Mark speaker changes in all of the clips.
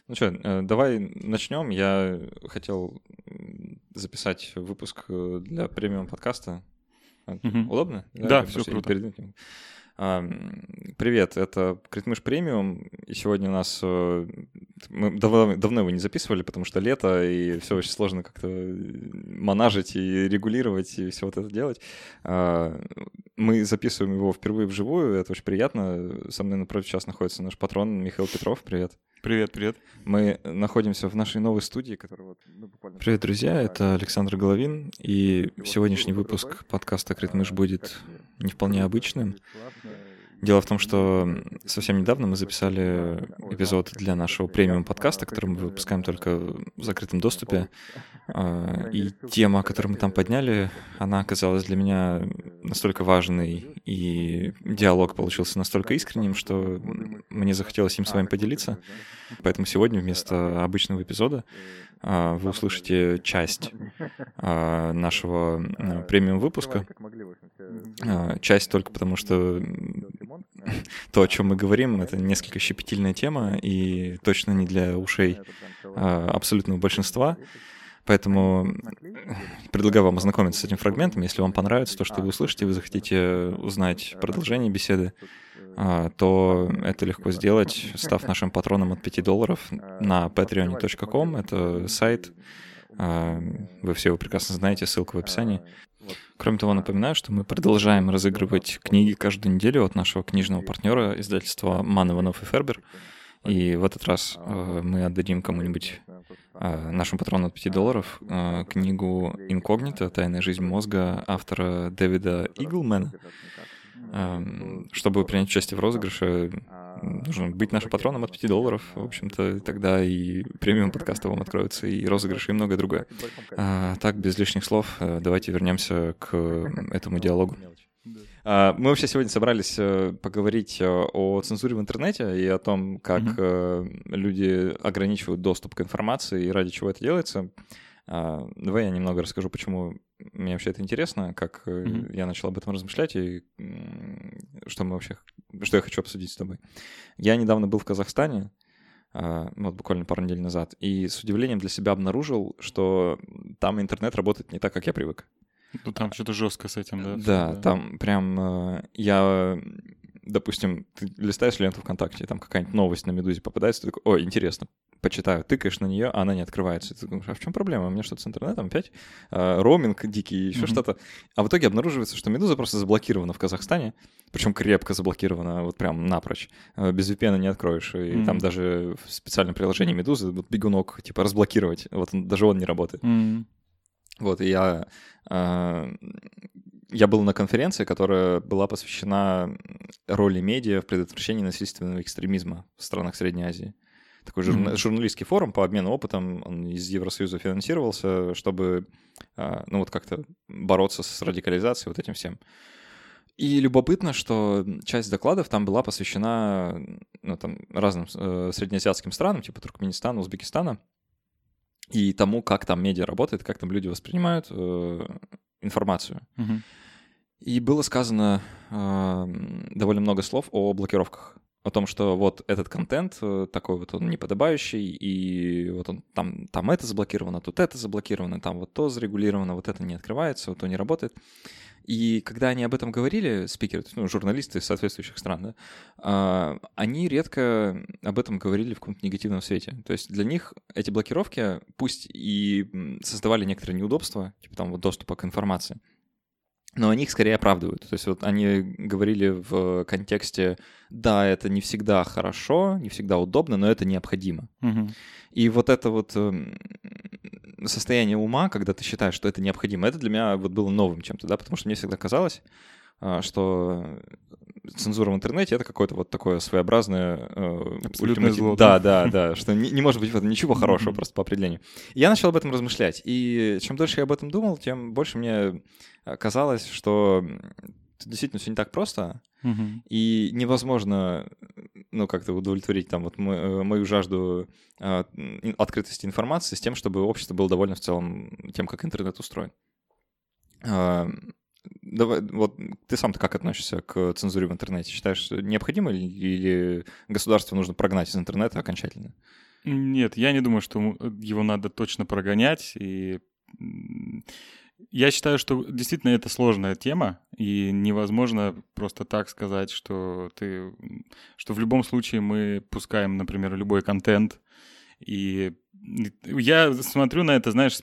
Speaker 1: Ну что, давай начнем. Я хотел записать выпуск для премиум подкаста. Удобно?
Speaker 2: Да, все круто.
Speaker 1: Привет, это Критмыш премиум, и сегодня у нас... Мы давно его не записывали, потому что лето, и все очень сложно как-то манажить и регулировать, и все вот это делать. Мы записываем его впервые вживую, это очень приятно. Со мной напротив сейчас находится наш патрон Михаил Петров. Привет.
Speaker 2: Привет.
Speaker 1: Мы находимся в нашей новой студии, которая буквально... Привет, друзья, это Александр Головин, и сегодняшний выпуск подкаста «Критмыш» будет не вполне обычным. Дело в том, что совсем недавно мы записали эпизод для нашего премиум-подкаста, который мы выпускаем только в закрытом доступе, и тема, которую мы там подняли, она оказалась для меня настолько важной, и диалог получился настолько искренним, что мне захотелось им с вами поделиться. Поэтому сегодня вместо обычного эпизода вы услышите часть нашего премиум-выпуска. Часть только потому, что то, о чем мы говорим, это несколько щепетильная тема и точно не для ушей абсолютного большинства. Поэтому предлагаю вам ознакомиться с этим фрагментом. Если вам понравится то, что вы услышите, вы захотите узнать продолжение беседы, то это легко сделать, став нашим патроном от $5 на patreon.com. Это сайт, вы все его прекрасно знаете, ссылка в описании. Кроме того, напоминаю, что мы продолжаем разыгрывать книги каждую неделю от нашего книжного партнера, издательства Ман, Иванов и Фербер. И в этот раз мы отдадим кому-нибудь, нашему патрону от $5, книгу «Инкогнито. Тайная жизнь мозга» автора Дэвида Иглмена. Чтобы принять участие в розыгрыше, нужно быть нашим патроном от $5. В общем-то, тогда и премиум подкаста вам откроется, и розыгрыш, и многое другое. Так, без лишних слов, давайте вернемся к этому диалогу. Мы вообще сегодня собрались поговорить о цензуре в интернете и о том, как люди ограничивают доступ к информации и ради чего это делается. Давай я немного расскажу, почему мне вообще это интересно, как я начал об этом размышлять и что я хочу обсудить с тобой. Я недавно был в Казахстане, вот буквально пару недель назад, и с удивлением для себя обнаружил, что там интернет работает не так, как я привык.
Speaker 2: Ну, там что-то жестко с этим, да?
Speaker 1: Да, там прям допустим, ты листаешь ленту ВКонтакте, там какая-нибудь новость на «Медузе» попадается, ты такой: ой, интересно, почитаю, тыкаешь на нее, а она не открывается. Ты думаешь, а в чем проблема? У меня что-то с интернетом опять? Роуминг дикий, еще что-то. А в итоге обнаруживается, что «Медуза» просто заблокирована в Казахстане, причем крепко заблокирована, вот прям напрочь. Без VPN не откроешь. И там даже в специальном приложении «Медузы» вот бегунок, типа, разблокировать, вот даже он не работает. Вот, и я был на конференции, которая была посвящена роли медиа в предотвращении насильственного экстремизма в странах Средней Азии. Такой журналистский форум по обмену опытом, он из Евросоюза финансировался, чтобы как-то бороться с радикализацией, вот этим всем. И любопытно, что часть докладов там была посвящена разным среднеазиатским странам, типа Туркменистана, Узбекистана, и тому, как там медиа работает, как там люди воспринимают информацию. И было сказано довольно много слов о блокировках, о том, что вот этот контент такой вот он неподобающий, и вот он там это заблокировано, тут это заблокировано, там вот то зарегулировано, вот это не открывается, вот то не работает. И когда они об этом говорили, спикеры, журналисты из соответствующих стран, да, они редко об этом говорили в каком-то негативном свете. То есть для них эти блокировки, пусть и создавали некоторые неудобства, типа там вот доступа к информации, но они их скорее оправдывают. То есть вот они говорили в контексте: да, это не всегда хорошо, не всегда удобно, но это необходимо. И вот это вот состояние ума, когда ты считаешь, что это необходимо, это для меня вот было новым чем-то, да, потому что мне всегда казалось, что цензура в интернете — это какое-то вот такое своеобразное...
Speaker 2: абсолютное зло.
Speaker 1: Да, что не может быть в этом ничего хорошего просто по определению. И я начал об этом размышлять, и чем дольше я об этом думал, тем больше мне казалось, что действительно все не так просто, и невозможно, как-то удовлетворить там вот мою жажду открытости информации с тем, чтобы общество было довольно в целом тем, как интернет устроен. Давай, вот ты сам-то как относишься к цензуре в интернете? Считаешь, необходимо или государство нужно прогнать из интернета окончательно?
Speaker 2: Нет, я не думаю, что его надо точно прогонять. И я считаю, что действительно это сложная тема, и невозможно просто так сказать, что в любом случае мы пускаем, например, любой контент. И я смотрю на это, знаешь,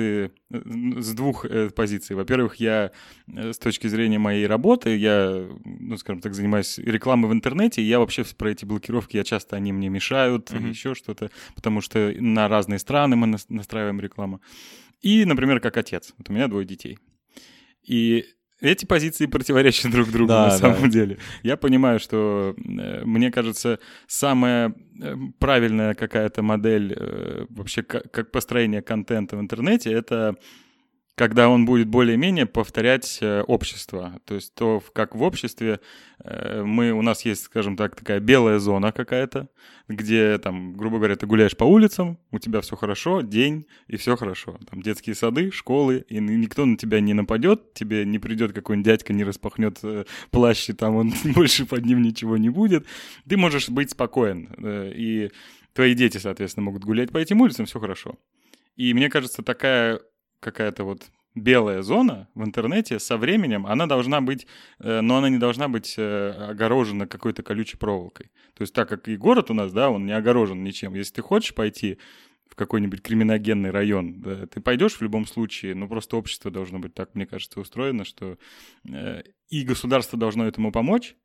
Speaker 2: с двух позиций. Во-первых, я с точки зрения моей работы, я, скажем так, занимаюсь рекламой в интернете, и я вообще про эти блокировки, часто они мне мешают, еще что-то, потому что на разные страны мы настраиваем рекламу. И, например, как отец. Вот у меня 2 детей. И эти позиции противоречат друг другу на самом деле. Я понимаю, что, мне кажется, самая правильная какая-то модель вообще как построение контента в интернете — это когда он будет более-менее повторять общество. То есть то, как в обществе у нас есть, скажем так, такая белая зона какая-то, где, там, грубо говоря, ты гуляешь по улицам, у тебя все хорошо, день, и все хорошо. Там детские сады, школы, и никто на тебя не нападет, тебе не придет какой-нибудь дядька, не распахнет плащ, и там он больше под ним ничего не будет. Ты можешь быть спокоен, и твои дети, соответственно, могут гулять по этим улицам, все хорошо. И мне кажется, такая какая-то вот белая зона в интернете со временем, она должна быть, но она не должна быть огорожена какой-то колючей проволокой. То есть так как и город у нас, да, он не огорожен ничем. Если ты хочешь пойти в какой-нибудь криминогенный район, да, ты пойдешь в любом случае, но просто общество должно быть так, мне кажется, устроено, что и государство должно этому помочь,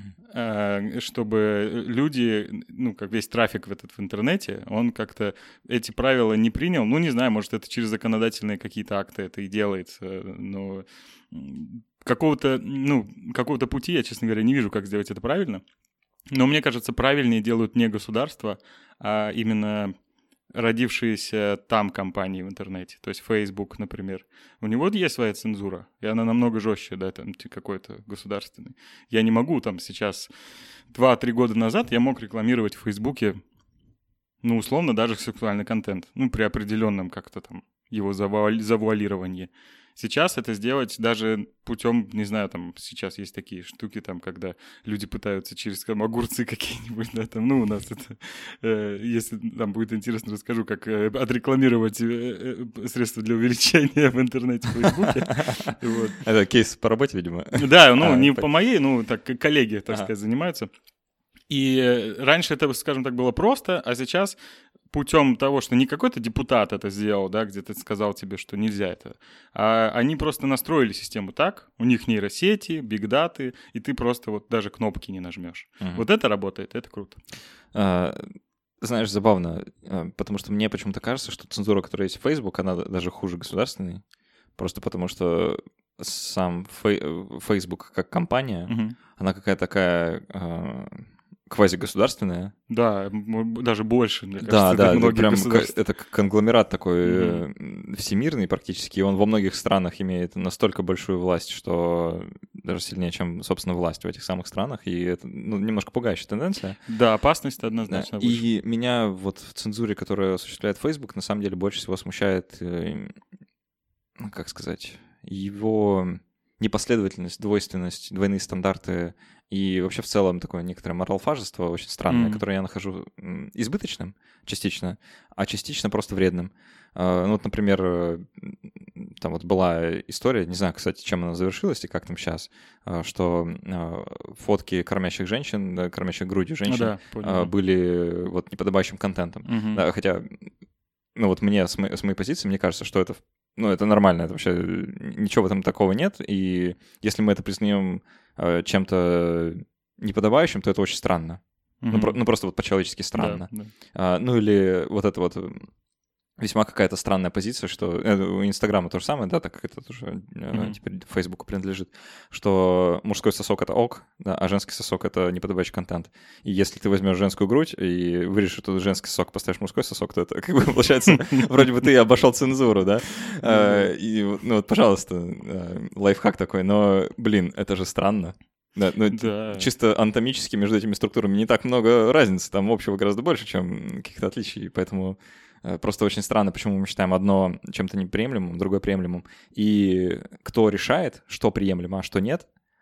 Speaker 2: чтобы люди, как весь трафик в интернете, он как-то эти правила не принял. Не знаю, может, это через законодательные какие-то акты это и делается, но какого-то пути я, честно говоря, не вижу, как сделать это правильно. Но мне кажется, правильнее делают не государства, а именно родившиеся там компании в интернете. То есть Facebook, например. У него есть своя цензура, и она намного жестче, да, там какой-то государственный. Я не могу там сейчас... 2-3 года назад я мог рекламировать в Фейсбуке, условно, даже сексуальный контент. При определенном как-то там его завуалировании. Сейчас это сделать даже путем, не знаю, там сейчас есть такие штуки, там, когда люди пытаются через огурцы какие-нибудь, да, там, у нас это, если там будет интересно, расскажу, как отрекламировать средства для увеличения в интернете, в Фейсбуке.
Speaker 1: Это кейс по работе, видимо.
Speaker 2: Да, не по моей, так коллеги, так сказать, занимаются. И раньше это, скажем так, было просто, а сейчас путем того, что не какой-то депутат это сделал, да, где-то сказал тебе, что нельзя это, а они просто настроили систему так, у них нейросети, бигдаты, и ты просто вот даже кнопки не нажмешь. Вот это работает, это круто.
Speaker 1: Знаешь, забавно, потому что мне почему-то кажется, что цензура, которая есть в Facebook, она даже хуже государственной, просто потому что сам Facebook как компания, она какая-то такая... квазигосударственная.
Speaker 2: Да, даже больше, мне кажется.
Speaker 1: Да, прям это конгломерат такой всемирный практически, и он во многих странах имеет настолько большую власть, что даже сильнее, чем, собственно, власть в этих самых странах, и это немножко пугающая тенденция.
Speaker 2: Да, опасность однозначно выше.
Speaker 1: И меня вот в цензуре, которую осуществляет Facebook, на самом деле больше всего смущает, как сказать, его непоследовательность, двойственность, двойные стандарты и вообще в целом такое некоторое моралфажество очень странное, которое я нахожу избыточным частично, а частично просто вредным. Вот, например, там вот была история, не знаю, кстати, чем она завершилась и как там сейчас, что фотки кормящих женщин, кормящих грудью женщин были вот неподобающим контентом. Да, хотя, вот мне, с моей позиции, мне кажется, что это это нормально, это вообще ничего в этом такого нет, и если мы это признаем чем-то неподобающим, то это очень странно. Просто вот по-человечески странно. Да. Или вот это вот весьма какая-то странная позиция, что у Инстаграма то же самое, да, так как это тоже теперь Фейсбуку принадлежит, что мужской сосок — это ок, да, а женский сосок — это неподобающий контент. И если ты возьмешь женскую грудь и вырежешь этот женский сосок, поставишь мужской сосок, то это как бы получается, вроде бы ты обошел цензуру, да? И вот, пожалуйста, лайфхак такой, но, блин, это же странно. Да, чисто анатомически между этими структурами не так много разницы, там общего гораздо больше, чем каких-то отличий, поэтому просто очень странно, почему мы считаем одно чем-то неприемлемым, другое приемлемым, и кто решает, что приемлемо, а что нет,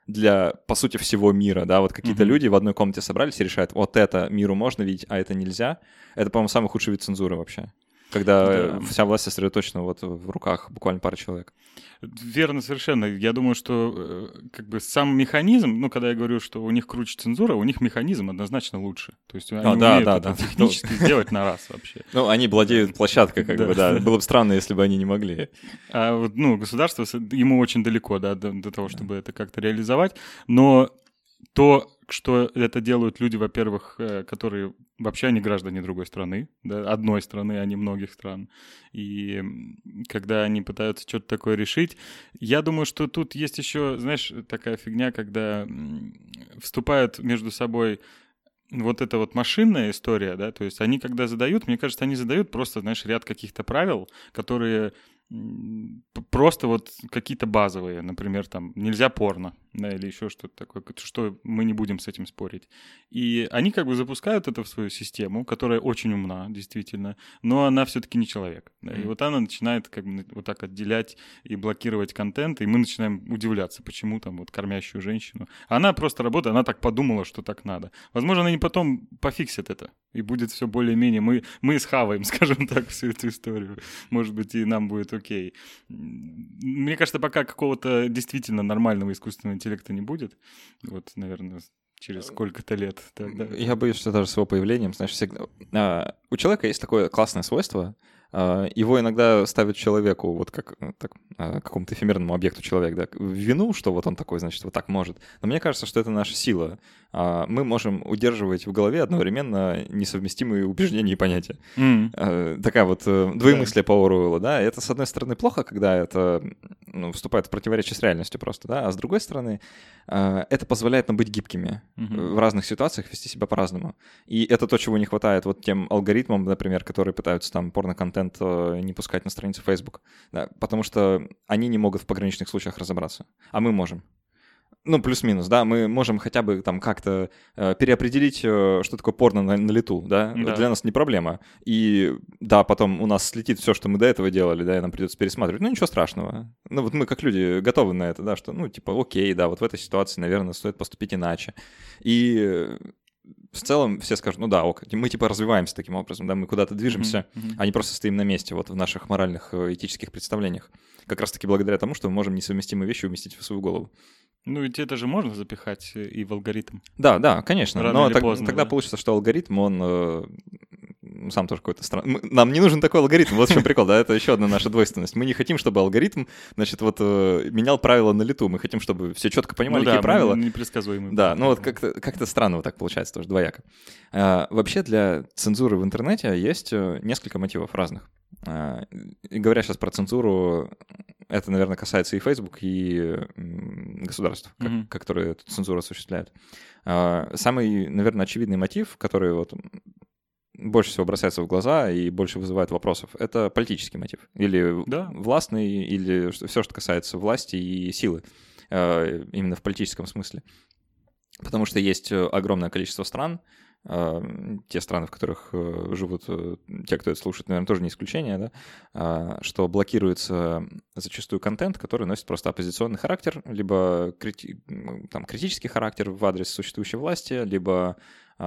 Speaker 1: для, по сути, всего мира, да, вот какие-то люди в одной комнате собрались и решают, вот это миру можно видеть, а это нельзя. Это, по-моему, самый худший вид цензуры вообще, когда вся власть сосредоточена вот в руках буквально пары человек.
Speaker 2: Верно, совершенно. Я думаю, что как бы сам механизм, ну, когда я говорю, что у них круче цензура, у них механизм однозначно лучше. То есть они умеют это технически сделать на раз вообще.
Speaker 1: Ну, они владеют площадкой, как бы, да. Было бы странно, если бы они не могли.
Speaker 2: А вот, ну, государство, ему очень далеко, да, до того, чтобы это как-то реализовать. Но то, что это делают люди, во-первых, которые вообще не граждане другой страны, да, одной страны, а не многих стран. И когда они пытаются что-то такое решить, я думаю, что тут есть еще, знаешь, такая фигня, когда вступают между собой вот эта вот машинная история, да, то есть они когда задают, мне кажется, они задают просто, знаешь, ряд каких-то правил, которые просто вот какие-то базовые, например, там, нельзя порно, да, или еще что-то такое, что мы не будем с этим спорить. И они как бы запускают это в свою систему, которая очень умна, действительно, но она все-таки не человек. Да, и вот она начинает как бы вот так отделять и блокировать контент, и мы начинаем удивляться, почему там вот кормящую женщину. Она просто работает, она так подумала, что так надо. Возможно, они потом пофиксят это, и будет все более-менее. Мы схаваем, скажем так, всю эту историю. Может быть, и нам будет окей. Мне кажется, пока какого-то действительно нормального искусственного интеллекта не будет, вот, наверное, через сколько-то лет. Тогда...
Speaker 1: Я боюсь, что даже с его появлением, знаешь, всегда... У человека есть такое классное свойство, его иногда ставят человеку, вот как какому-то эфемерному объекту человек, да, в вину, что вот он такой, значит, вот так может. Но мне кажется, что это наша сила. Мы можем удерживать в голове одновременно несовместимые убеждения и понятия. Такая вот двоемыслие по Оруэллу, да. Это, с одной стороны, плохо, когда это вступает в противоречие с реальностью просто, да, а с другой стороны, это позволяет нам быть гибкими в разных ситуациях, вести себя по-разному. И это то, чего не хватает вот тем алгоритмам, например, которые пытаются там порно-контент не пускать на страницу Facebook, да, потому что они не могут в пограничных случаях разобраться, а мы можем. Ну, плюс-минус, да, мы можем хотя бы там как-то переопределить, что такое порно на лету, да? Для нас не проблема. И да, потом у нас слетит все, что мы до этого делали, да, и нам придется пересматривать. Ну, ничего страшного. Ну, вот мы как люди готовы на это, да, что, ну, типа, окей, да, вот в этой ситуации, наверное, стоит поступить иначе. И в целом все скажут, ну да, ок, мы типа развиваемся таким образом, да, мы куда-то движемся, а не просто стоим на месте вот в наших моральных, этических представлениях. Как раз-таки благодаря тому, что мы можем несовместимые вещи уместить в свою голову.
Speaker 2: Ну, ведь это же можно запихать и в алгоритм.
Speaker 1: Да, конечно.
Speaker 2: Рано или поздно,
Speaker 1: тогда получится, что алгоритм, он сам тоже какой-то странный. Нам не нужен такой алгоритм, вот в чем прикол, да, это еще одна наша двойственность. Мы не хотим, чтобы алгоритм, значит, вот менял правила на лету. Мы хотим, чтобы все четко понимали, какие правила.
Speaker 2: Непредсказуемые.
Speaker 1: Да, ну вот как-то странно вот так получается тоже, двояко. Вообще для цензуры в интернете есть несколько мотивов разных. И говоря сейчас про цензуру, это, наверное, касается и Facebook, и государств, которые эту цензуру осуществляют. Самый, наверное, очевидный мотив, который вот больше всего бросается в глаза и больше вызывает вопросов, это политический мотив. Или властный, или все, что касается власти и силы, именно в политическом смысле. Потому что есть огромное количество стран, те страны, в которых живут те, кто это слушает, наверное, тоже не исключение, да, что блокируется зачастую контент, который носит просто оппозиционный характер, либо критический характер в адрес существующей власти, либо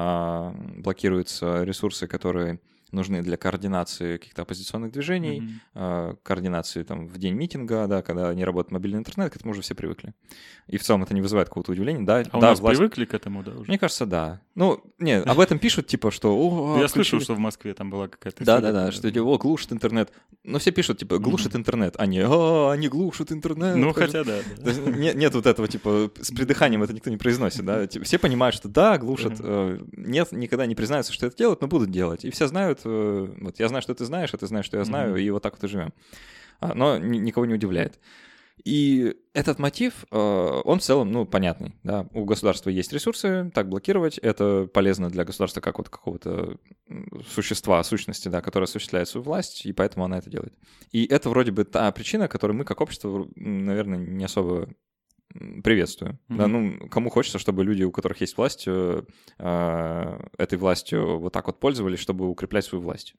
Speaker 1: блокируются ресурсы, которые нужны для координации каких-то оппозиционных движений, координации там в день митинга, да, когда не работает мобильный интернет, к этому уже все привыкли. И в целом это не вызывает какого-то удивления. Да,
Speaker 2: у нас привыкли к этому, да, уже?
Speaker 1: Мне кажется, да. Ну, нет, об этом пишут, типа, что...
Speaker 2: Я слышал, что в Москве там была какая-то...
Speaker 1: Да, что глушит интернет. Но все пишут, типа, глушит интернет, а не они глушат интернет.
Speaker 2: Ну, хотя да.
Speaker 1: Нет вот этого, типа, с придыханием это никто не произносит, да. Все понимают, что да, глушат. Нет, никогда не признаются, что это делают, но будут делать. И все знают, вот я знаю, что ты знаешь, а ты знаешь, что я знаю, и вот так вот и живем. Но никого не удивляет. И этот мотив, он в целом, ну, понятный, да, у государства есть ресурсы, так блокировать, это полезно для государства как вот какого-то существа, сущности, да, которая осуществляет свою власть, и поэтому она это делает. И это вроде бы та причина, которую мы как общество, наверное, не особо приветствуем. Да, ну, кому хочется, чтобы люди, у которых есть власть, этой властью вот так вот пользовались, чтобы укреплять свою власть.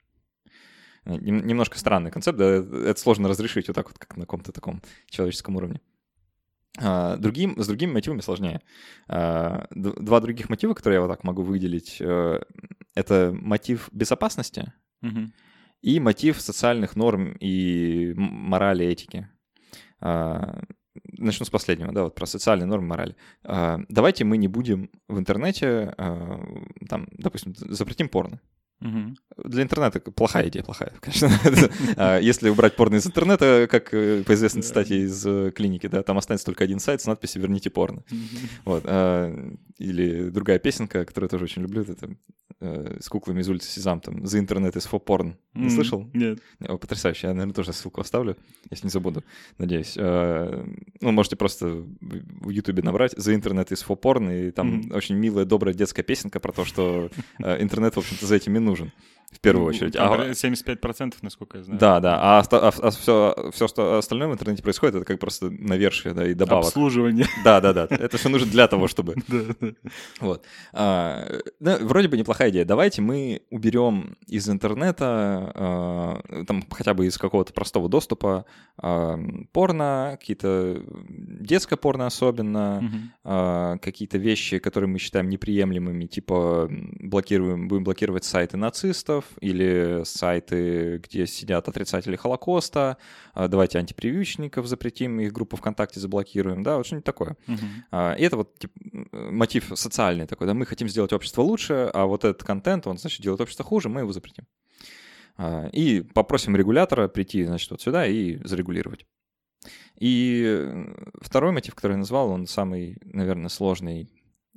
Speaker 1: Немножко странный концепт, да, это сложно разрешить вот так вот, как на каком-то таком человеческом уровне. С другими мотивами сложнее. Два других мотива, которые я вот так могу выделить, это мотив безопасности и мотив социальных норм и морали, этики. Начну с последнего, да, вот про социальные нормы, морали. Давайте мы не будем в интернете, там, допустим, запретим порно. Для интернета плохая идея, конечно. Если убрать порно из интернета, как по известной цитате из клиники, да, там останется только один сайт с надписью «Верните порно». Вот. Или другая песенка, которую я тоже очень люблю, это с куклами из улицы Сезам, там «The Internet is for porn». Не слышал?
Speaker 2: Нет.
Speaker 1: Потрясающе. Я, наверное, тоже ссылку оставлю, если не забуду, надеюсь. Можете просто в Ютубе набрать «The Internet is for porn», и там очень милая, добрая детская песенка про то, что интернет, в общем-то, за этим и нужен. В первую очередь.
Speaker 2: 75%, насколько я знаю.
Speaker 1: Да. А все, что остальное в интернете происходит, это как просто навершие, да, и добавок.
Speaker 2: Обслуживание.
Speaker 1: Да. Это все нужно для того, чтобы... Вот. Вроде бы неплохая идея. Давайте мы уберем из интернета, там хотя бы из какого-то простого доступа, порно, какие-то детское порно особенно, какие-то вещи, которые мы считаем неприемлемыми, типа будем блокировать сайты нацистов или сайты, где сидят отрицатели Холокоста, давайте антипрививочников запретим, их группу ВКонтакте заблокируем, да, вот что-нибудь такое. И это вот мотив социальный такой, да, мы хотим сделать общество лучше, а вот этот контент, он, значит, делает общество хуже, мы его запретим. И попросим регулятора прийти, значит, вот сюда и зарегулировать. И второй мотив, который я назвал, он самый, наверное, сложный,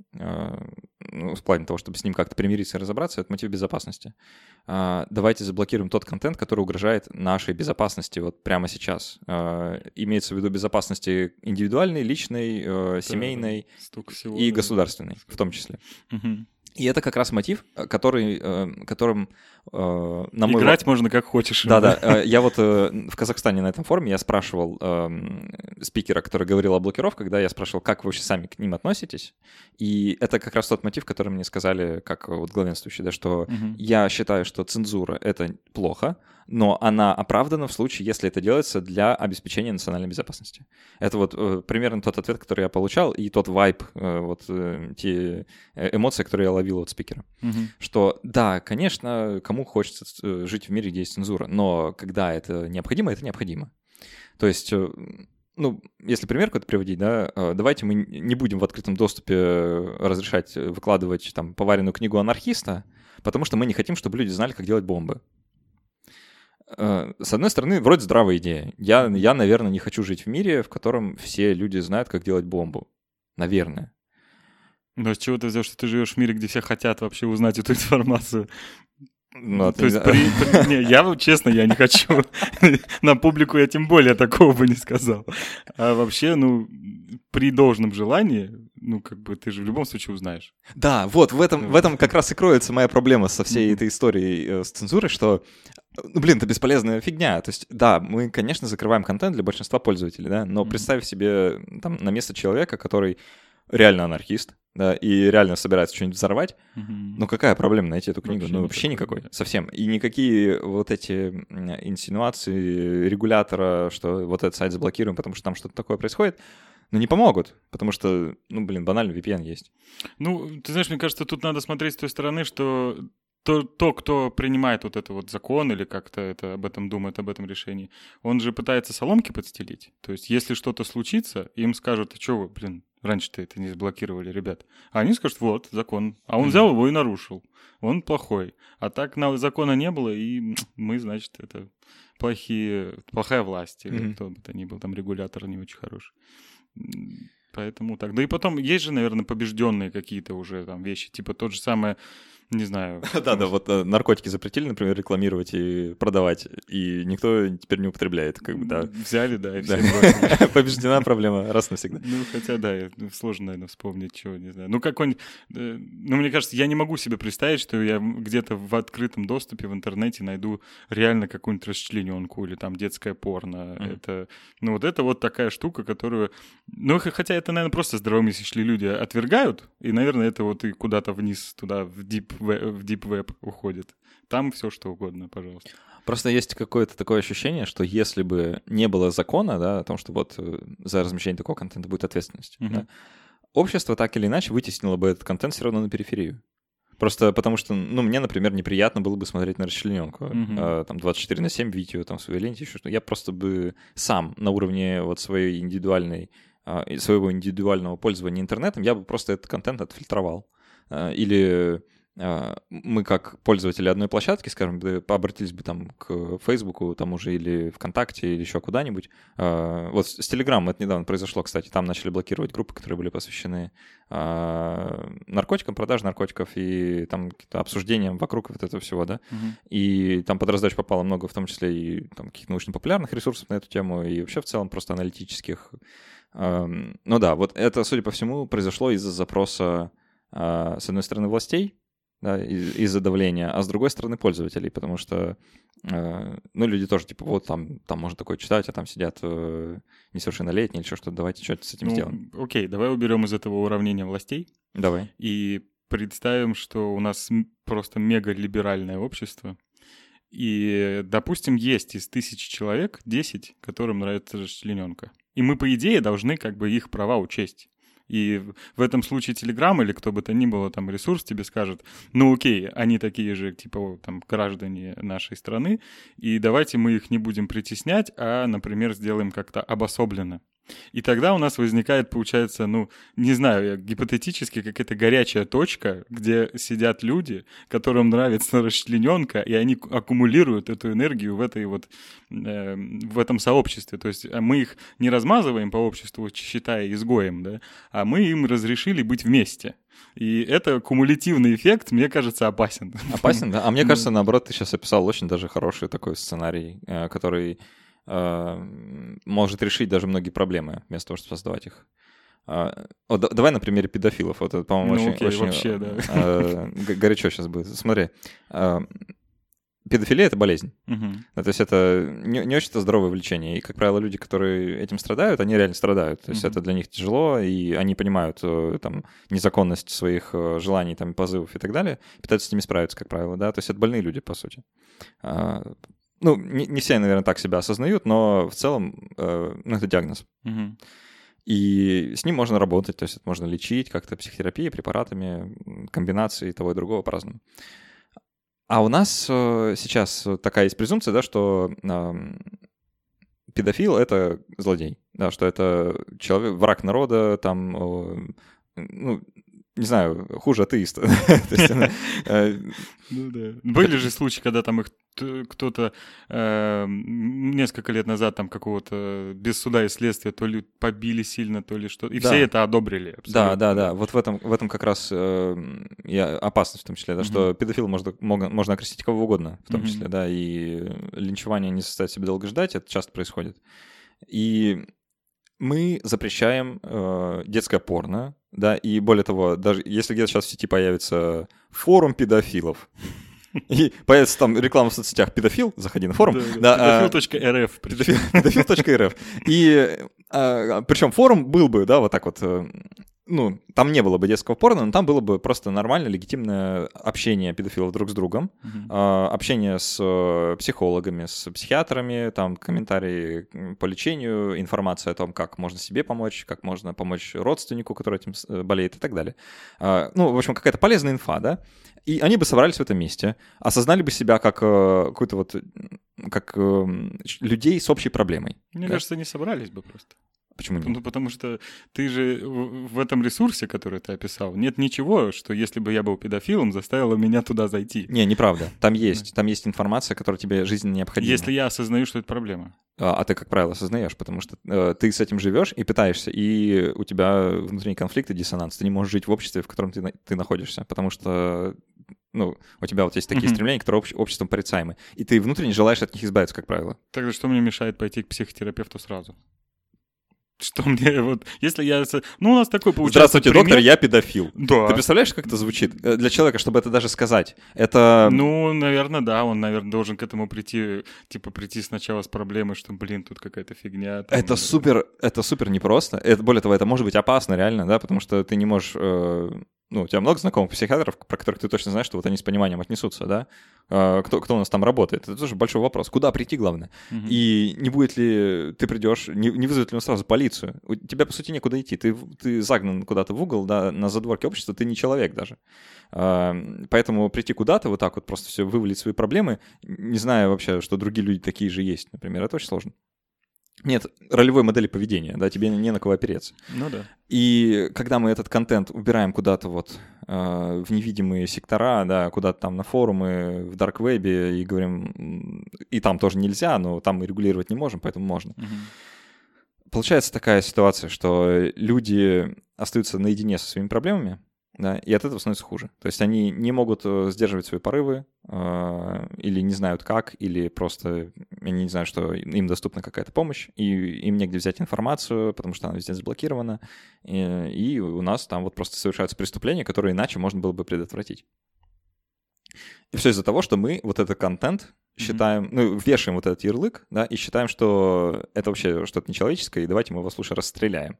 Speaker 1: в плане того, чтобы с ним как-то примириться и разобраться, это мотив безопасности. Давайте заблокируем тот контент, который угрожает нашей безопасности вот прямо сейчас. Имеется в виду безопасности индивидуальной, личной, семейной и государственной в том числе. И это как раз мотив, которым, на мой
Speaker 2: играть можно как хочешь.
Speaker 1: Да. Я вот в Казахстане на этом форуме я спрашивал спикера, который говорил о блокировках, да, я спрашивал, как вы вообще сами к ним относитесь. И это как раз тот мотив, который мне сказали, как вот главенствующий, да, что я считаю, что цензура — это плохо, но она оправдана в случае, если это делается для обеспечения национальной безопасности. Это вот примерно тот ответ, который я получал, и тот вайб, вот те эмоции, которые я ловил от спикера. Что да, конечно, кому хочется жить в мире, где есть цензура, но когда это необходимо, это необходимо. То есть... если пример какой-то приводить, да, давайте мы не будем в открытом доступе разрешать выкладывать там поваренную книгу анархиста, потому что мы не хотим, чтобы люди знали, как делать бомбы. С одной стороны, вроде здравая идея. Я, наверное, не хочу жить в мире, в котором все люди знают, как делать бомбу. Наверное.
Speaker 2: Но с чего ты взял, что ты живешь в мире, где все хотят вообще узнать эту информацию?
Speaker 1: То есть,
Speaker 2: честно, я не хочу. На публику я тем более такого бы не сказал. А вообще, при должном желании, ты же в любом случае узнаешь.
Speaker 1: Да, вот в этом как раз и кроется моя проблема со всей этой историей с цензурой, что, это бесполезная фигня. То есть, да, мы, конечно, закрываем контент для большинства пользователей, да, но представь себе там на место человека, который реально анархист, да, и реально собирается что-нибудь взорвать, какая проблема найти эту книгу? Вообще никакой, совсем. И никакие вот эти инсинуации регулятора, что вот этот сайт заблокируем, потому что там что-то такое происходит, не помогут, потому что, банально VPN есть.
Speaker 2: Ты знаешь, мне кажется, тут надо смотреть с той стороны, что кто принимает вот этот вот закон или как-то об этом думает, об этом решении, он же пытается соломки подстелить. То есть, если что-то случится, им скажут, а что вы, раньше-то это не заблокировали, ребят. А они скажут, вот, закон. А он взял его и нарушил. Он плохой. А так закона не было, и мы, значит, это плохая власть. Или кто бы то ни был, там регулятор не очень хороший. Поэтому так. Да и потом, есть же, наверное, побежденные какие-то уже там вещи, типа тот же самый, не знаю.
Speaker 1: Да, вот наркотики запретили, например, рекламировать и продавать, и никто теперь не употребляет, да.
Speaker 2: Взяли, да, и все.
Speaker 1: Побеждена проблема раз навсегда.
Speaker 2: Хотя, да, сложно, наверное, вспомнить, чего, не знаю. Какой-нибудь... мне кажется, я не могу себе представить, что я где-то в открытом доступе в интернете найду реально какую-нибудь расчлененку или там детское порно. Это... это вот такая штука, которую... хотя это, наверное, просто здравомыслящие люди отвергают, и, наверное, это вот и куда-то вниз, туда, в дип deep web уходит. Там все что угодно, пожалуйста.
Speaker 1: Просто есть какое-то такое ощущение, что если бы не было закона, да, о том, что вот за размещение такого контента будет ответственность, да, общество так или иначе вытеснило бы этот контент все равно на периферию. Просто потому что, ну, мне, например, неприятно было бы смотреть на расчлененку, там 24/7 видео, там в своей ленте, еще что-то. Я просто бы сам на уровне вот своего индивидуального пользования интернетом, я бы просто этот контент отфильтровал. Или мы как пользователи одной площадки, скажем, обратились бы там к Фейсбуку, там уже или ВКонтакте, или еще куда-нибудь. Вот с Телеграм это недавно произошло, кстати, там начали блокировать группы, которые были посвящены наркотикам, продаже наркотиков и там каким-то обсуждениям вокруг вот этого всего, да. И там под раздачу попало много, в том числе и там каких-то научно-популярных ресурсов на эту тему, и вообще в целом просто аналитических. Ну да, вот это, судя по всему, произошло из-за запроса, с одной стороны, властей, да, из-за давления, а с другой стороны пользователей, потому что, ну, люди тоже, типа, вот там можно такое читать, а там сидят несовершеннолетние или еще что-то, давайте что-то с этим сделаем.
Speaker 2: Окей, давай уберем из этого уравнения властей.
Speaker 1: Давай.
Speaker 2: И представим, что у нас просто мега-либеральное общество, и, допустим, есть из 1000 человек 10, которым нравится расчлененка. И мы, по идее, должны как бы их права учесть. И в этом случае Telegram или кто бы то ни было, там, ресурс тебе скажет, ну окей, они такие же, типа, там, граждане нашей страны, и давайте мы их не будем притеснять, а, например, сделаем как-то обособленно. И тогда у нас возникает, получается, ну, не знаю, гипотетически какая-то горячая точка, где сидят люди, которым нравится расчлененка, и они аккумулируют эту энергию в этой вот, в этом сообществе. То есть мы их не размазываем по обществу, считая изгоем, да, а мы им разрешили быть вместе. И это кумулятивный эффект, мне кажется, опасен.
Speaker 1: Опасен, да? А мне кажется, наоборот, ты сейчас описал очень даже хороший такой сценарий, который может решить даже многие проблемы, вместо того, чтобы создавать их. Давай на примере педофилов. Вот это, по-моему, очень
Speaker 2: вообще, да.
Speaker 1: Горячо сейчас будет. Смотри, педофилия — это болезнь. То есть это не очень-то здоровое влечение. И, как правило, люди, которые этим страдают, они реально страдают. То есть это для них тяжело, и они понимают там незаконность своих желаний, там, позывов и так далее, пытаются с ними справиться, как правило, да. То есть это больные люди, по сути. Ну, не все, наверное, так себя осознают, но в целом ну, это диагноз. И с ним можно работать, то есть это можно лечить как-то психотерапией, препаратами, комбинацией того и другого по-разному. А у нас сейчас такая есть презумпция, да, что педофил — это злодей, да, что это человек, враг народа, там, ну, не знаю, хуже атеиста.
Speaker 2: Были же случаи, когда там их кто-то несколько лет назад там какого-то без суда и следствия то ли побили сильно, то ли что. И все это одобрили.
Speaker 1: Да. Вот в этом как раз и опасность в том числе, да, что педофил можно окрестить кого угодно, в том числе, да, и линчевание не заставит себя долго ждать, это часто происходит. И мы запрещаем детское порно, да, и более того, даже если где-то сейчас в сети появится форум педофилов, и появится там реклама в соцсетях «Педофил», заходи на форум.
Speaker 2: Педофил.рф.
Speaker 1: Педофил.рф. И причем форум был бы, да, вот так вот, ну, там не было бы детского порно, но там было бы просто нормальное, легитимное общение педофилов друг с другом, общение с психологами, с психиатрами, там комментарии по лечению, информация о том, как можно себе помочь, как можно помочь родственнику, который этим болеет и так далее. Ну, в общем, какая-то полезная инфа, да? И они бы собрались в этом месте, осознали бы себя как какой-то вот, как людей с общей проблемой.
Speaker 2: Мне кажется, не собрались бы просто.
Speaker 1: Почему нет?
Speaker 2: Ну, потому что ты же в этом ресурсе, который ты описал, нет ничего, что если бы я был педофилом, заставило меня туда зайти.
Speaker 1: Не, неправда. Там есть информация, которая тебе жизненно необходима.
Speaker 2: Если я осознаю, что это проблема.
Speaker 1: А ты, как правило, осознаешь, потому что ты с этим живешь и пытаешься, и у тебя внутренний конфликт и диссонанс. Ты не можешь жить в обществе, в котором ты находишься, потому что ну, у тебя вот есть такие стремления, которые обществом порицаемы, и ты внутренне желаешь от них избавиться, как правило.
Speaker 2: Тогда что мне мешает пойти к психотерапевту сразу? Что мне вот... Если я... Ну, у нас такой получается...
Speaker 1: Здравствуйте,
Speaker 2: пример.
Speaker 1: доктор, я педофил.
Speaker 2: Да.
Speaker 1: Ты представляешь, как это звучит? Для человека, чтобы это даже сказать. Это...
Speaker 2: Ну, наверное, да. Он, наверное, должен к этому прийти, типа, прийти сначала с проблемой, что, блин, тут какая-то фигня. Там...
Speaker 1: Это супер непросто. Более того, это может быть опасно реально, да, потому что ты не можешь... у тебя много знакомых психиатров, про которых ты точно знаешь, что вот они с пониманием отнесутся, да? Кто у нас там работает? Это тоже большой вопрос. Куда прийти, главное? И не будет ли ты придешь, не вызовет ли он сразу полицию? У тебя, по сути, некуда идти. Ты загнан куда-то в угол, да, на задворке общества, ты не человек даже. Поэтому прийти куда-то вот так вот, просто все вывалить свои проблемы, не зная вообще, что другие люди такие же есть, например, это очень сложно. Нет ролевой модели поведения, да, тебе не на кого опереться.
Speaker 2: Ну да.
Speaker 1: И когда мы этот контент убираем куда-то вот в невидимые сектора, да, куда-то там на форумы, в дарквебе и говорим, и там тоже нельзя, но там мы регулировать не можем, поэтому можно. Получается такая ситуация, что люди остаются наедине со своими проблемами, да, и от этого становится хуже. То есть они не могут сдерживать свои порывы, или не знают как, или просто они не знают, что им доступна какая-то помощь, и им негде взять информацию, потому что она везде заблокирована, и у нас там вот просто совершаются преступления, которые иначе можно было бы предотвратить. И все из-за того, что мы вот этот контент считаем, вешаем вот этот ярлык, да, и считаем, что это вообще что-то нечеловеческое, и давайте мы вас лучше расстреляем.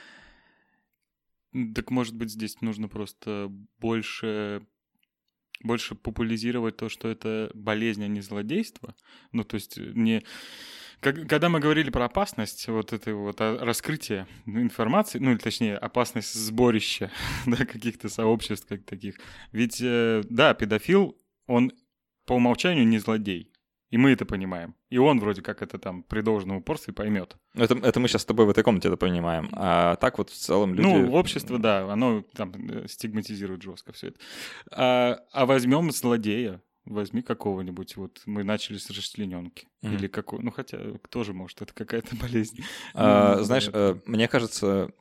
Speaker 2: Так, может быть, здесь нужно просто больше популяризировать то, что это болезнь, а не злодейство. Ну, то есть когда мы говорили про опасность вот это вот раскрытие информации, ну, или точнее, опасность сборища, да, каких-то сообществ как таких. Ведь, да, педофил, он по умолчанию не злодей. И мы это понимаем. И он вроде как это там при должном упорстве поймет.
Speaker 1: Это мы сейчас с тобой в этой комнате это понимаем. А так вот в целом люди...
Speaker 2: Ну, общество, да, оно там стигматизирует жестко все это. А возьмем злодея. Возьми какого-нибудь, вот мы начали с расчлененки. Или какого, ну хотя кто же может, это какая-то болезнь.
Speaker 1: Знаешь, мне кажется...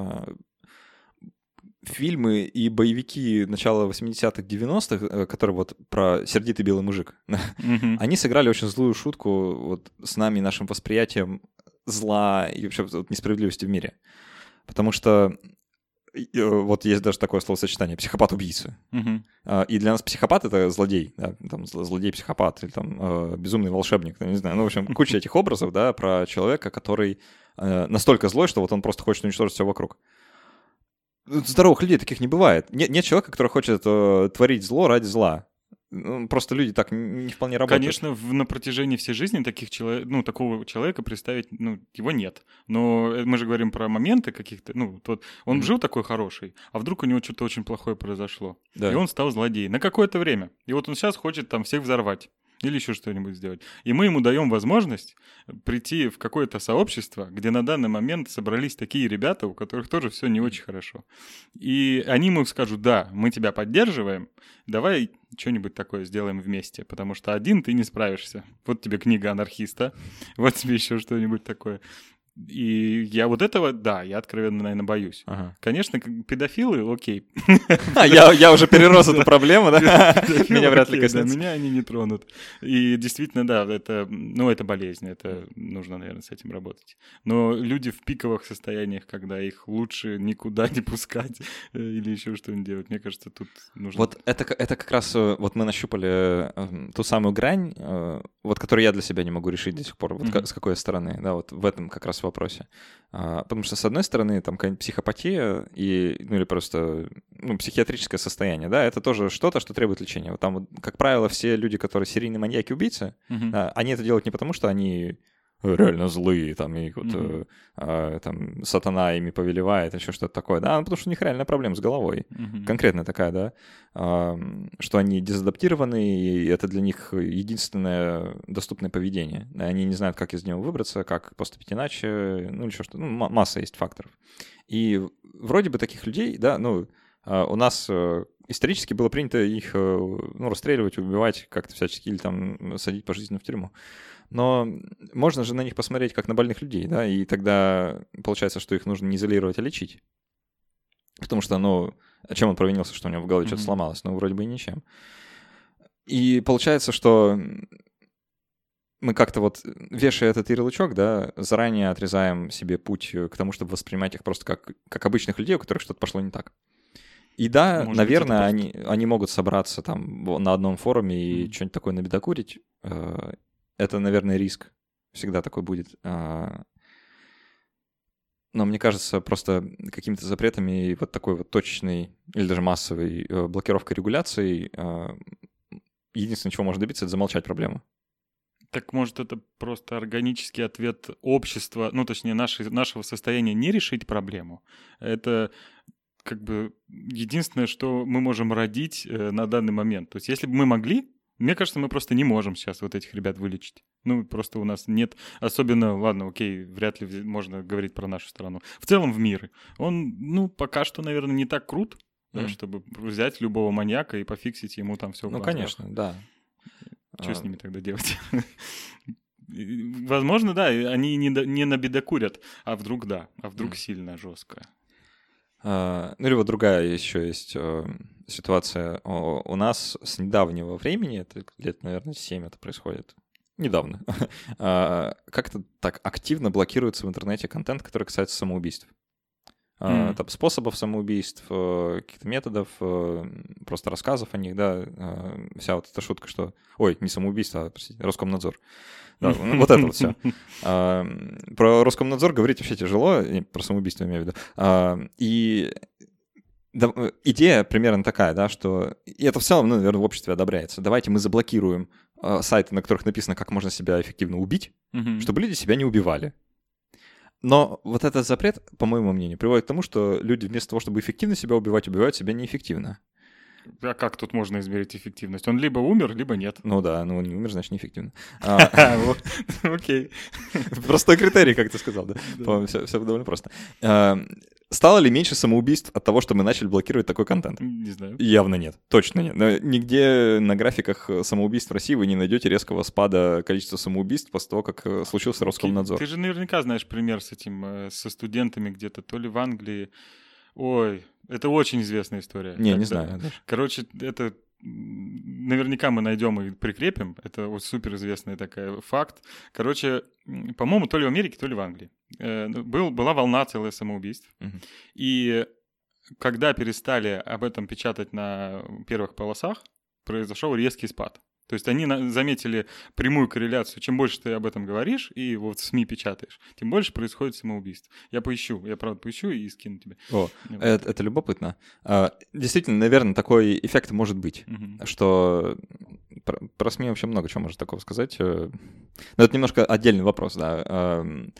Speaker 1: Фильмы и боевики начала 80-х, 90-х, которые вот про сердитый белый мужик, они сыграли очень злую шутку вот с нами, нашим восприятием зла и вообще вот несправедливости в мире. Потому что вот есть даже такое словосочетание «психопат-убийца». И для нас психопат — это злодей, да, там злодей-психопат или там безумный волшебник, не знаю. Ну, в общем, куча этих образов, да, про человека, который настолько злой, что вот он просто хочет уничтожить все вокруг. Здоровых людей таких не бывает. Нет человека, который хочет творить зло ради зла. Просто люди так не вполне работают.
Speaker 2: Конечно, на протяжении всей жизни такого человека представить, его нет. Но мы же говорим про моменты каких-то, он жил такой хороший, а вдруг у него что-то очень плохое произошло. Да. И он стал злодеем на какое-то время. И вот он сейчас хочет там всех взорвать. Или еще что-нибудь сделать. И мы ему даем возможность прийти в какое-то сообщество, где на данный момент собрались такие ребята, у которых тоже все не очень хорошо. И они ему скажут: да, мы тебя поддерживаем, давай что-нибудь такое сделаем вместе, потому что один ты не справишься. Вот тебе книга анархиста, вот тебе еще что-нибудь такое. И я вот этого, да, я откровенно, наверное, боюсь. Ага. Конечно, педофилы, окей.
Speaker 1: Я уже перерос эту проблему, да? Меня вряд ли коснется.
Speaker 2: Меня они не тронут. И действительно, да, это болезнь, это нужно, наверное, с этим работать. Но люди в пиковых состояниях, когда их лучше никуда не пускать или еще что-нибудь делать, мне кажется, тут нужно...
Speaker 1: Вот это как раз, вот мы нащупали ту самую грань, вот которую я для себя не могу решить до сих пор, вот с какой стороны, да, вот в этом как раз вопросе. Потому что, с одной стороны, там какая-нибудь психопатия или просто психиатрическое состояние, да, это тоже что-то, что требует лечения. Вот там, вот, как правило, все люди, которые серийные маньяки-убийцы, они это делают не потому, что они реально злые, там, и вот, там, сатана ими повелевает, еще что-то такое, да, потому что у них реальная проблема с головой, конкретно такая, да, что они дезадаптированы, и это для них единственное доступное поведение, они не знают, как из него выбраться, как поступить иначе, или еще что-то, масса есть факторов. И вроде бы таких людей, да, у нас исторически было принято их, расстреливать, убивать как-то всячески, или там садить пожизненно в тюрьму. Но можно же на них посмотреть как на больных людей, да, и тогда получается, что их нужно не изолировать, а лечить. Потому что, чем он провинился, что у него в голове что-то сломалось? Вроде бы и ничем. И получается, что мы как-то вот, вешая этот ярлычок, да, заранее отрезаем себе путь к тому, чтобы воспринимать их просто как обычных людей, у которых что-то пошло не так. И да, может наверное, они могут собраться там на одном форуме и что-нибудь такое набедокурить. Это, наверное, риск. Всегда такой будет. Но Но мне кажется, просто какими-то запретами и вот такой вот точечной или даже массовой блокировкой регуляцией единственное, чего можно добиться, это замолчать проблему.
Speaker 2: Так может это просто органический ответ общества, ну точнее нашего состояния не решить проблему. Это как бы единственное, что мы можем родить на данный момент. То есть если бы мы могли, мне кажется, мы просто не можем сейчас вот этих ребят вылечить. Ну, просто у нас нет, особенно, ладно, окей, вряд ли можно говорить про нашу страну. В целом в мире. Он, ну, пока что, наверное, не так крут, да, чтобы взять любого маньяка и пофиксить ему там все.
Speaker 1: Ну, конечно, да.
Speaker 2: Что с ними тогда делать? Возможно, да, они не набедокурят, а вдруг да, а вдруг сильно жестко.
Speaker 1: Ну или вот другая еще есть ситуация. У нас с недавнего времени, это лет, наверное, 7 это происходит, недавно, как-то так активно блокируется в интернете контент, который касается самоубийств. Там способов самоубийств, каких-то методов, просто рассказов о них, да, вся вот эта шутка, что... Ой, не самоубийство, а, простите, Роскомнадзор. Да, вот это вот все. Про Роскомнадзор говорить вообще тяжело, про самоубийство имею в виду. И идея примерно такая, да, что... И это в целом, ну, наверное, в обществе одобряется. Давайте мы заблокируем сайты, на которых написано, как можно себя эффективно убить, чтобы люди себя не убивали. Но вот этот запрет, по моему мнению, приводит к тому, что люди вместо того, чтобы эффективно себя убивать, убивают себя неэффективно.
Speaker 2: А как тут можно измерить эффективность? Он либо умер, либо нет.
Speaker 1: Ну да, ну не умер, значит неэффективно.
Speaker 2: Окей.
Speaker 1: Простой критерий, как ты сказал, да? По-моему, все довольно просто. Стало ли меньше самоубийств от того, что мы начали блокировать такой контент?
Speaker 2: Не знаю.
Speaker 1: Явно нет, точно нет. Но нигде на графиках самоубийств в России вы не найдете резкого спада количества самоубийств после того, как случился Роскомнадзор.
Speaker 2: Ты же наверняка знаешь пример с этим, со студентами где-то, то ли в Англии. Ой, это очень известная история.
Speaker 1: Не знаю.
Speaker 2: Короче, это наверняка мы найдем и прикрепим. Это вот суперизвестный такой факт. Короче, по-моему, то ли в Америке, то ли в Англии. Была волна целых самоубийств. И когда перестали об этом печатать на первых полосах, произошел резкий спад. То есть они заметили прямую корреляцию. Чем больше ты об этом говоришь и вот в СМИ печатаешь, тем больше происходит самоубийств. Я правда поищу и скину тебе.
Speaker 1: Это любопытно. Действительно, наверное, такой эффект может быть, что про СМИ вообще много чего можно такого сказать. Но это немножко отдельный вопрос, да.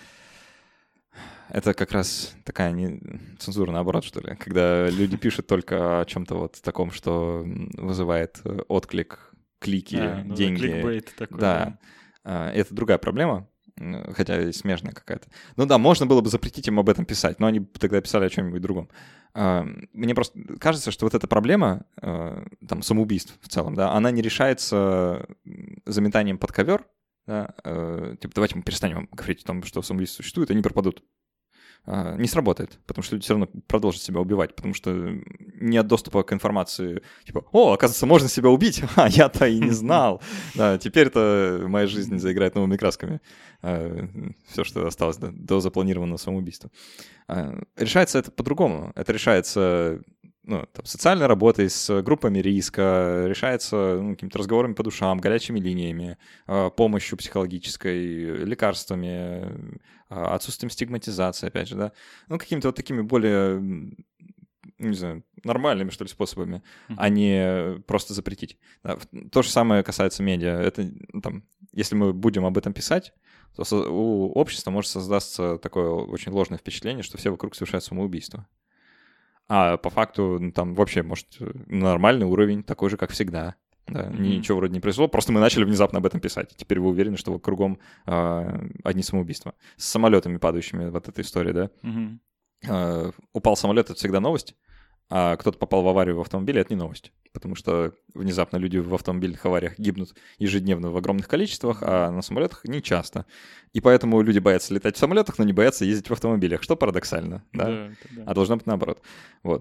Speaker 1: Это как раз такая цензура, наоборот, что ли, когда люди пишут только о чем-то вот таком, что вызывает отклик, клики, деньги.
Speaker 2: Кликбейт такой.
Speaker 1: Да, это другая проблема, хотя и смежная какая-то. Ну да, можно было бы запретить им об этом писать, но они тогда писали о чем-нибудь другом. Мне просто кажется, что вот эта проблема, там, самоубийств в целом, да, она не решается заметанием под ковер, да, типа давайте мы перестанем говорить о том, что самоубийство существует, они пропадут. Не сработает, потому что люди все равно продолжат себя убивать, потому что нет доступа к информации, типа, оказывается, можно себя убить, я-то и не знал. Да, теперь-то моя жизнь заиграет новыми красками. Все, что осталось до запланированного самоубийства. Решается это по-другому. Это решается социальной работой, с группами риска, решается какими-то разговорами по душам, горячими линиями, помощью психологической, лекарствами, отсутствием стигматизации, опять же, да. Какими-то вот такими более, не знаю, нормальными, что ли, способами, а не просто запретить. Да. То же самое касается медиа. Это, если мы будем об этом писать, то у общества может создаться такое очень ложное впечатление, что все вокруг совершают самоубийство. А по факту там вообще, может, нормальный уровень, такой же, как всегда. Да, ничего вроде не произошло, просто мы начали внезапно об этом писать. Теперь вы уверены, что кругом одни самоубийства. С самолетами падающими, вот эта история, да? Упал самолет — это всегда новость, а кто-то попал в аварию в автомобиле — это не новость. Потому что внезапно люди в автомобильных авариях гибнут ежедневно в огромных количествах, а на самолетах не часто. И поэтому люди боятся летать в самолетах, но не боятся ездить в автомобилях, что парадоксально, да? Да. А должно быть наоборот. Вот.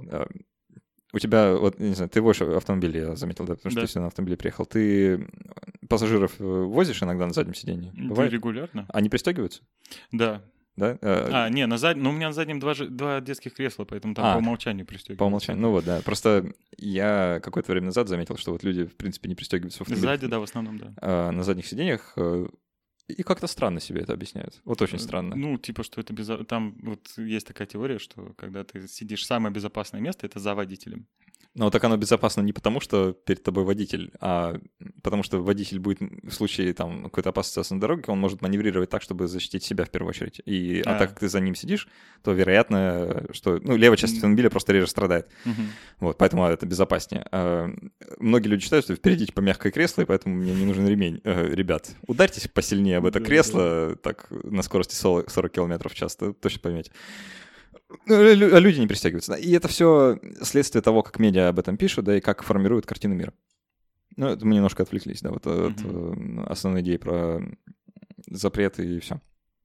Speaker 1: У тебя, вот, не знаю, ты возишь автомобиль, я заметил, да, потому что ты сюда на автомобиле приехал. Ты пассажиров возишь иногда на заднем сиденье?
Speaker 2: Бывает? Регулярно.
Speaker 1: Они пристегиваются?
Speaker 2: Да.
Speaker 1: Да?
Speaker 2: У меня на заднем два детских кресла, поэтому там по умолчанию пристегиваются.
Speaker 1: По умолчанию, ну вот, да. Просто я какое-то время назад заметил, что вот люди, в принципе, не пристегиваются в автомобиле.
Speaker 2: Сзади, да, в основном, да.
Speaker 1: На задних сиденьях И как-то странно себе это объясняют. Вот очень странно.
Speaker 2: Ну, типа, что это там вот есть такая теория, что когда ты сидишь, самое безопасное место — это за водителем.
Speaker 1: Но так оно безопасно не потому, что перед тобой водитель, а потому что водитель будет в случае там какой-то опасности на дороге, он может маневрировать так, чтобы защитить себя в первую очередь. А так как ты за ним сидишь, то вероятно, что левая часть автомобиля просто реже страдает. Вот, поэтому это безопаснее. Многие люди считают, что впереди типа мягкое кресло, и поэтому мне не нужен ремень. Ребят, ударьтесь посильнее об это кресло так на скорости 40 км в час, точно поймете. А люди не пристегиваются. И это все следствие того, как медиа об этом пишут, да, и как формируют картину мира. Ну, это мы немножко отвлеклись, да, вот от основной идеи про запреты и все.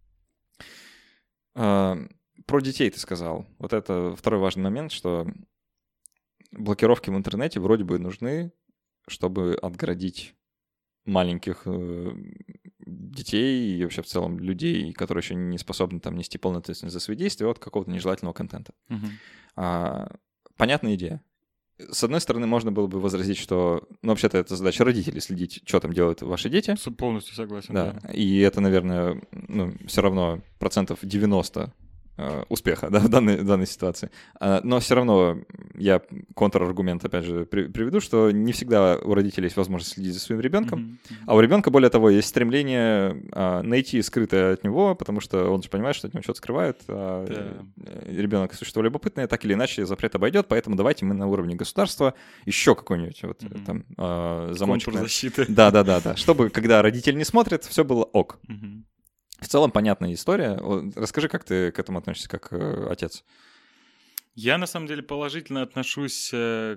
Speaker 1: Про детей ты сказал. Вот это второй важный момент, что блокировки в интернете вроде бы нужны, чтобы отгородить маленьких детей и вообще в целом людей, которые еще не способны там нести полную ответственность за свои действия, от какого-то нежелательного контента. Понятная идея. С одной стороны, можно было бы возразить, что, вообще-то это задача родителей следить, что там делают ваши дети.
Speaker 2: Полностью согласен.
Speaker 1: Да. И это, наверное, все равно 90% успеха, да, в данной ситуации. Но все равно я контраргумент, опять же, приведу, что не всегда у родителей есть возможность следить за своим ребенком, а у ребенка, более того, есть стремление найти скрытое от него, потому что он же понимает, что от него что-то скрывают. Ребенок существо любопытное, так или иначе запрет обойдет, поэтому давайте мы на уровне государства еще какой-нибудь там замочек.
Speaker 2: Контрзащиты.
Speaker 1: Да. Чтобы, когда родитель не смотрит, все было ок. В целом понятная история. Расскажи, как ты к этому относишься, как отец?
Speaker 2: Я, на самом деле, положительно отношусь с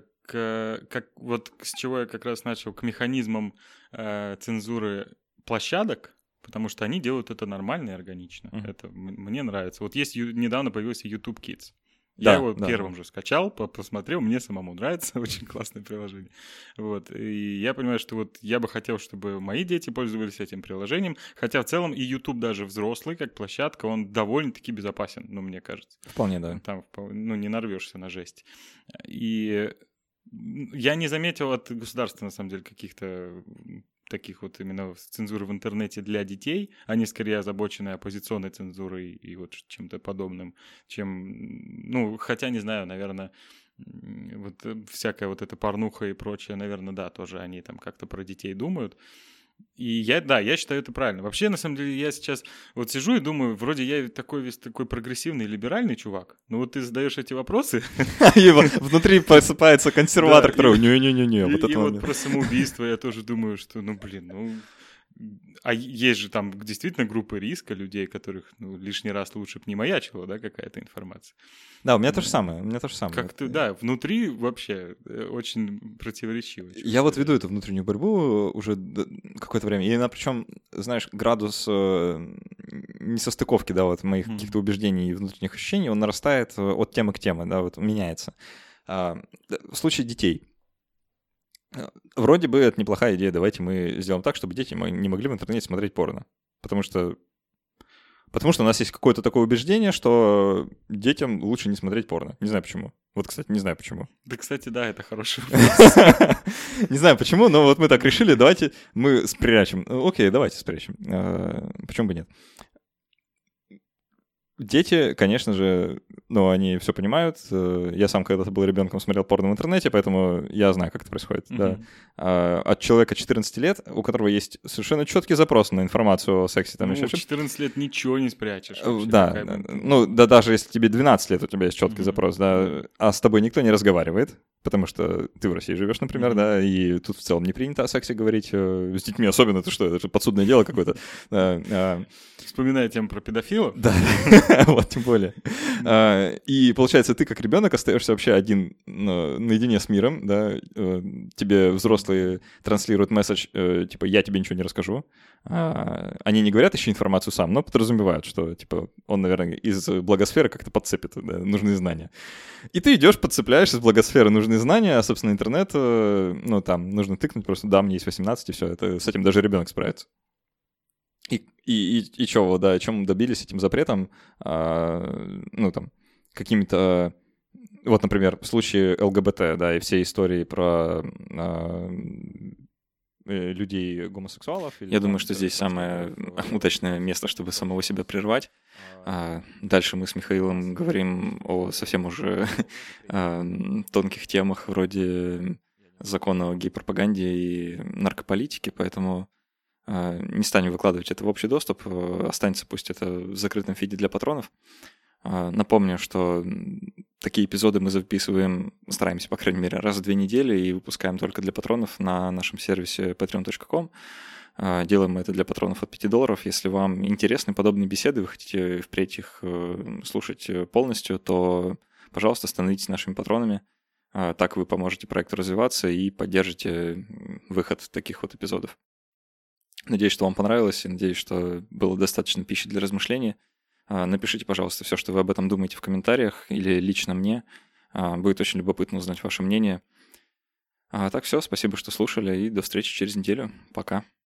Speaker 2: чего я как раз начал, к механизмам цензуры площадок, потому что они делают это нормально и органично. Это мне нравится. Вот недавно появился YouTube Kids. Я его первым же скачал, посмотрел, мне самому нравится, очень классное приложение. Вот. И я понимаю, что вот я бы хотел, чтобы мои дети пользовались этим приложением, хотя в целом и YouTube даже взрослый, как площадка, он довольно-таки безопасен, мне кажется.
Speaker 1: Вполне, да.
Speaker 2: Там, не нарвешься на жесть. И я не заметил от государства, на самом деле, каких-то таких вот именно цензуры в интернете для детей, они скорее озабочены оппозиционной цензурой и вот чем-то подобным, чем, хотя, не знаю, наверное, вот всякая вот эта порнуха и прочее, наверное, да, тоже они там как-то про детей думают. И я считаю это правильно. Вообще, на самом деле, я сейчас вот сижу и думаю, вроде я такой прогрессивный, либеральный чувак, но вот ты задаешь эти вопросы...
Speaker 1: И внутри просыпается консерватор, который не-не-не.
Speaker 2: И вот про самоубийство я тоже думаю, что, а есть же там действительно группы риска людей, которых лишний раз лучше бы не маячила, да, какая-то информация.
Speaker 1: Да, у меня то же самое.
Speaker 2: Как-то, да, внутри вообще очень противоречиво.
Speaker 1: Я вот веду эту внутреннюю борьбу уже какое-то время. И причем, знаешь, градус несостыковки, да, вот моих каких-то убеждений и внутренних ощущений, он нарастает от темы к теме, да, вот меняется. В случае детей. Вроде бы это неплохая идея, давайте мы сделаем так, чтобы дети не могли в интернете смотреть порно. Потому что у нас есть какое-то такое убеждение, что детям лучше не смотреть порно. Не знаю почему. Вот, кстати, не знаю почему.
Speaker 2: Да, кстати, да, это хороший вопрос.
Speaker 1: Не знаю почему, но вот мы так решили, давайте мы спрячем. Окей, давайте спрячем. Почему бы нет? Дети, конечно же, они все понимают. Я сам когда-то был ребенком, смотрел порно в интернете, поэтому я знаю, как это происходит. Да. От человека 14 лет, у которого есть совершенно четкий запрос на информацию о сексе. Там еще
Speaker 2: 14 лет ничего не спрячешь.
Speaker 1: Да, даже если тебе 12 лет, у тебя есть четкий запрос, да, а с тобой никто не разговаривает, потому что ты в России живешь, например, да, и тут в целом не принято о сексе говорить. С детьми особенно, это что, это же подсудное дело какое-то.
Speaker 2: Вспоминая тему про педофилов.
Speaker 1: Да, вот тем более. И получается, ты как ребенок остаешься вообще один наедине с миром, да, тебе взрослые транслируют месседж, типа, я тебе ничего не расскажу. Они не говорят еще информацию сам, но подразумевают, что, типа, он, наверное, из благосферы как-то подцепит, да, нужные знания. И ты идешь, подцепляешь из благосферы нужные знания, а, собственно, интернет, там нужно тыкнуть просто, да, мне есть 18, и все, с этим даже ребенок справится. И чего, да, о чем добились этим запретом, какими-то, вот, например, в случае ЛГБТ, да, и все истории про людей гомосексуалов. Я думаю, что здесь самое удачное место, чтобы самого себя прервать. Дальше мы с Михаилом говорим о совсем уже тонких темах вроде закона о гей-пропаганде и наркополитике, поэтому не станем выкладывать это в общий доступ, останется пусть это в закрытом фиде для патронов. Напомню, что такие эпизоды мы записываем, стараемся, по крайней мере, раз в 2 недели и выпускаем только для патронов на нашем сервисе patreon.com. Делаем мы это для патронов от $5. Если вам интересны подобные беседы, вы хотите впредь их слушать полностью, то, пожалуйста, становитесь нашими патронами. Так вы поможете проекту развиваться и поддержите выход таких вот эпизодов. Надеюсь, что вам понравилось, и надеюсь, что было достаточно пищи для размышления. Напишите, пожалуйста, все, что вы об этом думаете в комментариях или лично мне. Будет очень любопытно узнать ваше мнение. Так, все, спасибо, что слушали, и до встречи через неделю. Пока.